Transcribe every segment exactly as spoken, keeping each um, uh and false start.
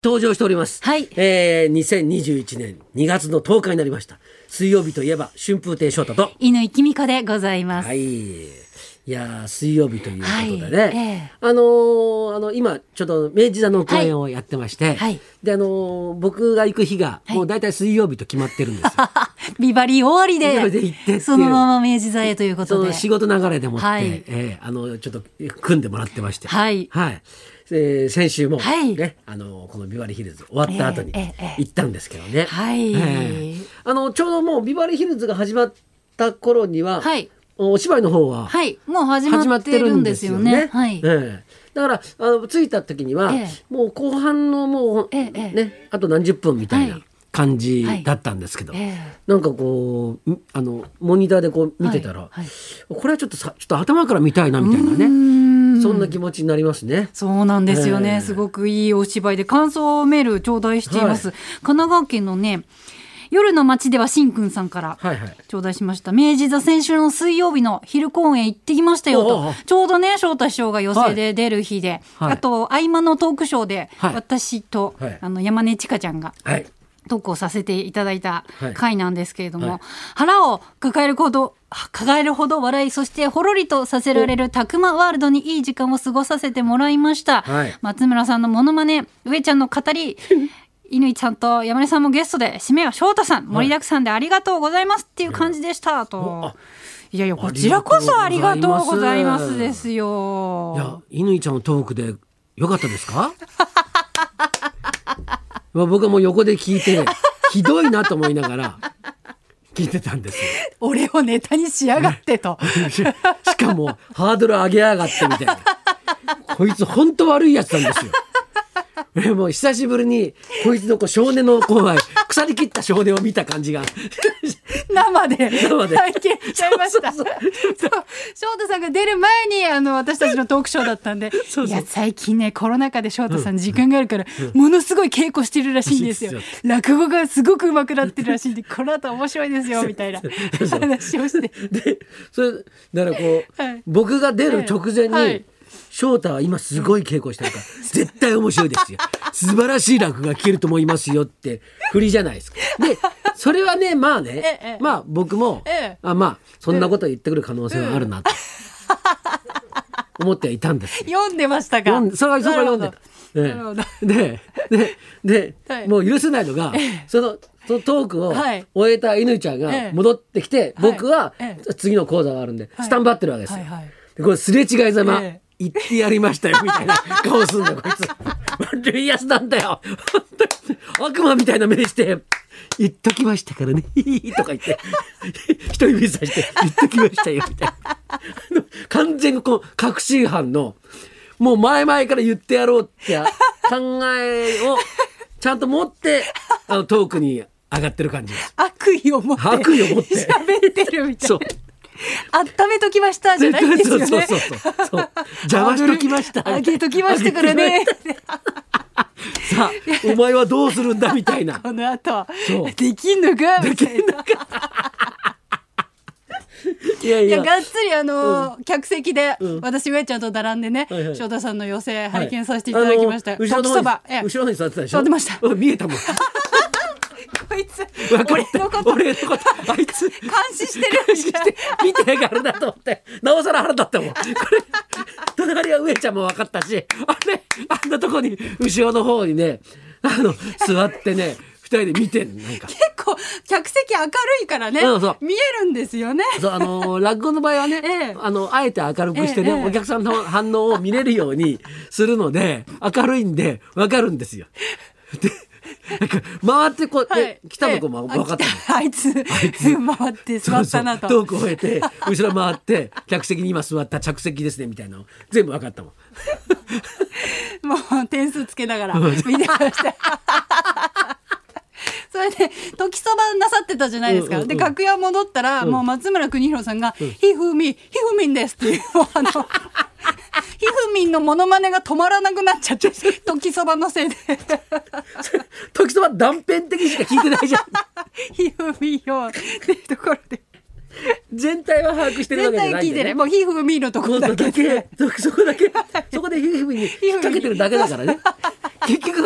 登場しております、 はいえー、にせんにじゅういちねんにがつのとおかになりました。水曜日といえば春風亭昇太と乾きみかでございます。 はい、いや水曜日ということでね、 はいええ、 あのー、あの今ちょっと明治座の公演をやってまして、 はい、 であのー、僕が行く日がもう大体水曜日と決まってるんですよ、 はい、ビバリー終わり で, で行ってそのまま明治座へということで、 その仕事流れでもって、 はいえー、あのちょっと組んでもらってまして、 はいはいえー、先週も、ねはいあのこのビバリーヒルズ終わった後にええええ行ったんですけどね、 はいえー、あのちょうどもうビバリーヒルズが始まった頃には、はい、お芝居の方は、 はい、もう始まってるんですよね。はい、 ええ、だからあの着いた時には、ええ、もう後半のもう、ええね、あと何十分みたいな感じだったんですけど、はいはい、なんかこうあのモニターでこう見てたら、はいはい、これはちょっとさちょっと頭から見たいなみたいなね、そんな気持ちになりますね。 そうなんですよね、えー、すごくいいお芝居で感想メール頂戴しています、はい、神奈川県のね夜の街ではしんくんさんから頂戴しました、はいはい、明治座先週の水曜日の昼公演行ってきましたよと、ちょうどね翔太師匠が寄席で出る日で、はい、あと合間のトークショーで、はい、私と、はい、あの山根千佳ちゃんが、はいトークをさせていただいた回なんですけれども、はいはい、腹を抱えるほど抱えるほど笑い、そしてほろりとさせられるたくまワールドにいい時間を過ごさせてもらいました、はい、松村さんのモノマネ、上ちゃんの語り乾ちゃんと山根さんもゲストで、締めは翔太さん、盛りだくさんでありがとうございますっていう感じでしたと、いやいやこちらこそありがとうございますですよ。 いや乾ちゃんのトークでよかったですか僕はもう横で聞いてひどいなと思いながら聞いてたんですよ。 俺をネタにしやがってとしかもハードル上げやがってみたいなこいつ本当悪いやつなんですよ。もう久しぶりにこいつのこう少年のこう腐りきった少年を見た感じが生で生で体験しちゃいました。そうそうそう翔太さんが出る前にあの私たちのトークショーだったんでそうそういや最近ねコロナ禍で翔太さん時間があるから、うん、ものすごい稽古してるらしいんですよ、うん、落語がすごく上手くなってるらしいんでこの後面白いですよみたいな話をしてでそれだからこう、はい、僕が出る直前に、はいはい翔太は今すごい稽古してるから絶対面白いですよ素晴らしい落語が聞けると思いますよって振りじゃないですか。でそれはねまあね、ええ、まあ僕も、え、あまあそんなこと言ってくる可能性はあるなと思ってはいたんです読んでましたか。 読んでそれはそれは読んでた、ね、ででで、はい、もう許せないのが、そのそのトークを終えた乾ちゃんが戻ってきて、はい、僕は次の講座があるんでスタンバってるわけですよ、はいはいはい、でこれすれ違いざま、ええ言ってやりましたよみたいな顔すんだよこいつ悪いやつなんだよ本当に悪魔みたいな目して言っときましたからねとか言って一指さして言っときましたよみたいな完全にこう確信犯のもう前々から言ってやろうって考えをちゃんと持ってあのトークに上がってる感じです。 悪意を持って悪意を持って喋ってるみたいな。そう温めときましたじゃないんですよね。そうそうそうそう邪魔しときましたあげときましたからねさあお前はどうするんだみたいなこの後できんのかみたいないやいやがっつりあの、うん、客席で、うん、私上ちゃんと並んでね、はいはい、翔太さんの寄席拝見させていただきました、はい、 後ろのそば後ろに座ってたでしょ。 座ってました。 見えたもんこいつ俺のこと俺のことあいつ監視してる監視して見てやがるなと思ってなおさら腹立ったもんこれ隣は上ちゃんも分かったしあれあんなとこに後ろの方にねあの座ってね二人で見てんなんか結構客席明るいからね、うん、そう見えるんですよね。 そうあの落語の場合はね、ええ、あのあえて明るくしてね、ええ、お客さんの反応を見れるようにするので明るいんで分かるんですよ。でなんか回ってこう、はい、来たの子も分かったの、 ええ、あいつ回って座ったなとそうそうトークを終えて後ろ回って客席に今座った着席ですねみたいなの全部分かったもんもう点数つけながら見てましたそれで時そばなさってたじゃないですか、うんうんうん、で楽屋戻ったら、うん、もう松村邦洋さんが、うん、ひふみひふみんですっていうもうあのひふみんのモノマネが止まらなくなっちゃって時そばのせいで時そば断片的にしか聞いてないじゃんひふみよっていうところで全体は把握してるわけじゃないんで、ね、全体聞いてね、 もうひふみのところだけそこだけそこだけそこでひふみに引っ掛けてるだけだからね結局は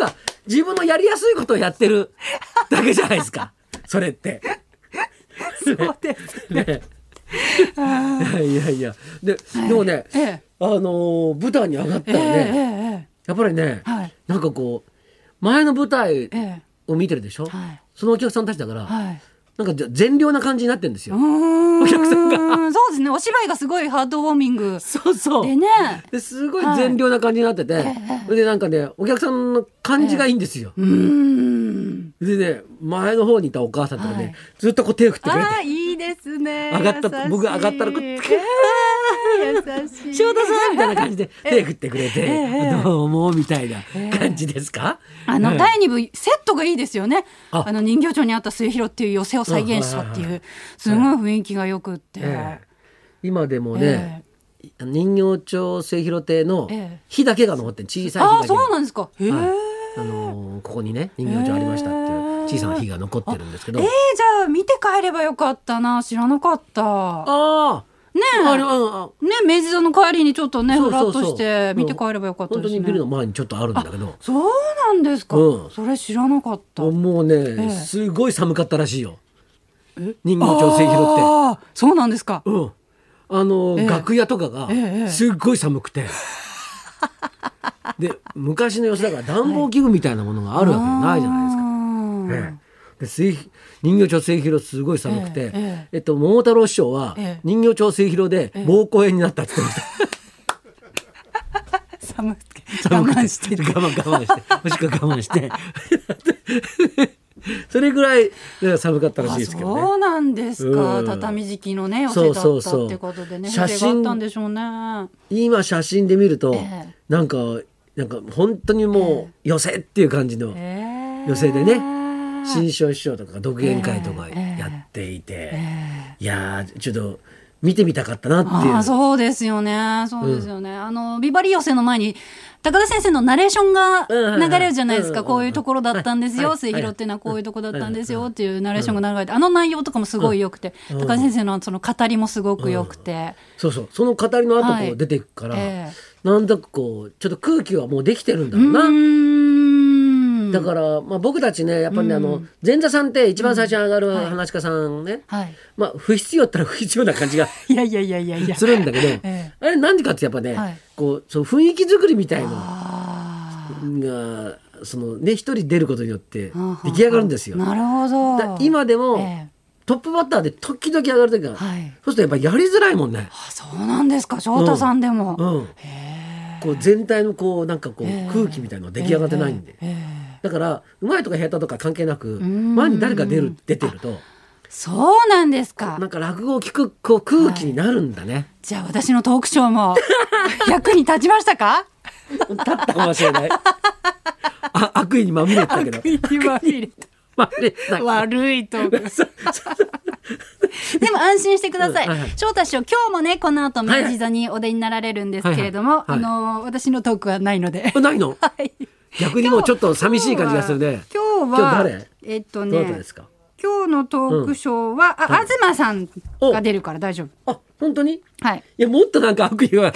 自分のやりやすいことをやってるだけじゃないですかそれってそうですねねいやいやで、はい、でもね、ええ、あのー、舞台に上がったらね、ええ、やっぱりね、はい、なんかこう前の舞台を見てるでしょ、はい、そのお客さんたちだから、はい、なんか善良な感じになってるんですよお客さんがそうですねお芝居がすごいハートウォーミングそうそうでねですごい善良な感じになってて、はい、でなんかねお客さんの感じがいいんですよ、えー、うんでね前の方にいたお母さんとかね、はい、ずっとこう手を振ってくれてあいいですね上がった僕が上がったらこう優しい翔太さんみたいな感じで手振ってくれて、えー、どうもみたいな感じですか、 えー、あの、うん、だいに部セットがいいですよね あ, あの人形町にあった末広っていう寄せを再現したっていうすごい雰囲気がよくって、えー、 今でもね、えー、人形町末広亭の火だけが残って小さい火だけが、あそうなんですかへー、はいあのー、ここにね人形町ありましたっていう小さな火が残ってるんですけど、 えー、じゃあ見て帰ればよかったな知らなかったああねえ、あれあね明治座の帰りにちょっとねフラッとして見て帰ればよかったですね。 本当にビルの前にちょっとあるんだけど。 そうなんですか、うん、それ知らなかった。 もうね、ええ、すごい寒かったらしいよ人形町末広って。あそうなんですか、 うん、あの、ええ、楽屋とかがすっごい寒くて、ええ、で昔の様子だから暖房器具みたいなものがあるわけないじゃないですか、はいええで人形町末広すごい寒くて、ええええっと、桃太郎師匠は人形町末広で膀胱炎になったって言ってました、 ええ、寒くて我慢してる我慢我慢してもしくは我慢してそれぐらい寒かったらしいですけどね。 そうなんですか、うん、畳敷きのね寄せだったってことでね風情があったんでしょうね。 今写真で見ると、ええ、なんかなんか本当にもう寄せっていう感じの寄せでね、ええ新庄師匠とか独演会とかやっていて、えーえー、いやちょっと見てみたかったなっていう。 あそうですよねそうですよね、うん、あのビバリー寄せの前に高田先生のナレーションが流れるじゃないですか、うん、こういうところだったんですよ、末広っていうのはこういうところだったんですよっていうナレーションが流れて、あの内容とかもすごい良くて、うん、高田先生のその語りもすごく良くて、うん、 そうそうその語りの後こう出ていくから、はいえー、なんだかこうちょっと空気はもうできてるんだろうな。うーんだから、まあ、僕たちねやっぱりね、うん、あの前座さんって一番最初に上がる話し家さんね、うんはいまあ、不必要ったら不必要な感じがいやいやいやいやいやするんだけど、ええ、あれ何でかってやっぱね、はい、こうその雰囲気作りみたいのがその、ね、一人出ることによって出来上がるんですよ。 なるほど。 今でも、ええ、トップバッターで時々上がる時が、はい、そうするとやっぱりやりづらいもんね。 あそうなんですか翔太さんでも、うんうん、 へこう全体のこうなんかこう、えー、空気みたいなの出来上がってないんで、えーえーだからうまいとか下手とか関係なく前に誰か出る出てるとそうなんですか。 なんか落語を聞くこう空気になるんだね、はい、 じゃあ私のトークショーも役に立ちましたか立ったかもしれないあ悪意にまみれたけど悪意にまみれた悪いトークでも安心してください、うんはいはい、翔太師匠今日もねこの後明治座にお出になられるんですけれども、はいはいはい、あのー、私のトークはないのでないの、はい逆にもうちょっと寂しい感じがするね。 今日は今日誰えっとねどなたですか。今日のトークショーは、うん、あ、はい、東さんが出るから大丈夫。 あ本当に。 はい。 いやもっとなんか悪意が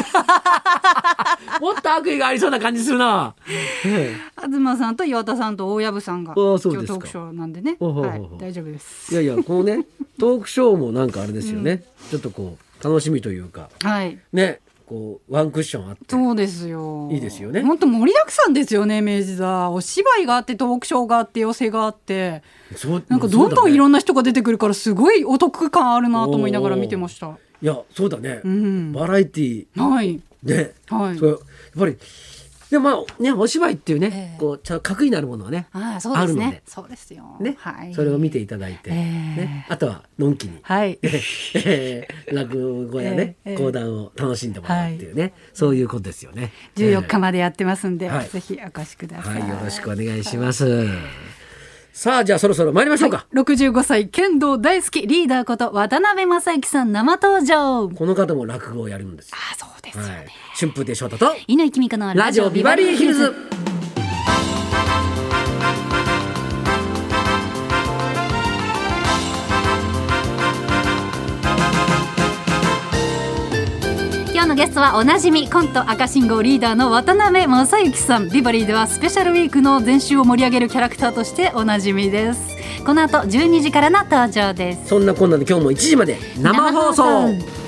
もっと悪意がありそうな感じするな。 東さんと岩田さんと大藪さんが今日トークショーなんでね、はい、大丈夫です。 いやいやこのねトークショーもなんかあれですよね、うん、ちょっとこう楽しみというか、はい、ねこうワンクッションあってそうですよいいですよね。 本当盛りだくさんですよね明治座。お芝居があってトークショーがあって寄せがあってなんかどんどんいろんな人が出てくるからすごいお得感あるなと思いながら見てました。 いやそうだね、うん、バラエティー、 はい、 で、はい、それやっぱりでもまあねお芝居っていうね、えー、こうちゃんと核になるものはね あ, そうですねあるのでそうですよ、 ねはい、それを見ていただいて、えーね、あとはのんきに、はいえー、落語やね、えー、講談を楽しんでもらうっていうね、はい、そういうことですよね。 じゅうよっかまでやってますんで、えー、ぜひお越しください、 はい、よろしくお願いします、はい、さあじゃあそろそろ参りましょうか、はい、 ろくじゅうごさい剣道大好きリーダーこと渡辺正行さん生登場。 この方も落語をやるんですよ。 あそうですよね、はい、 春風亭昇太と乾きみかのラジオビバリーヒルズ。 今日のゲストはおなじみコント赤信号リーダーの渡辺正行さん。ビバリーではスペシャルウィークの前週を盛り上げるキャラクターとしておなじみです。この後じゅうにじからの登場です。 そんなこんなで今日もいちじまで生放送。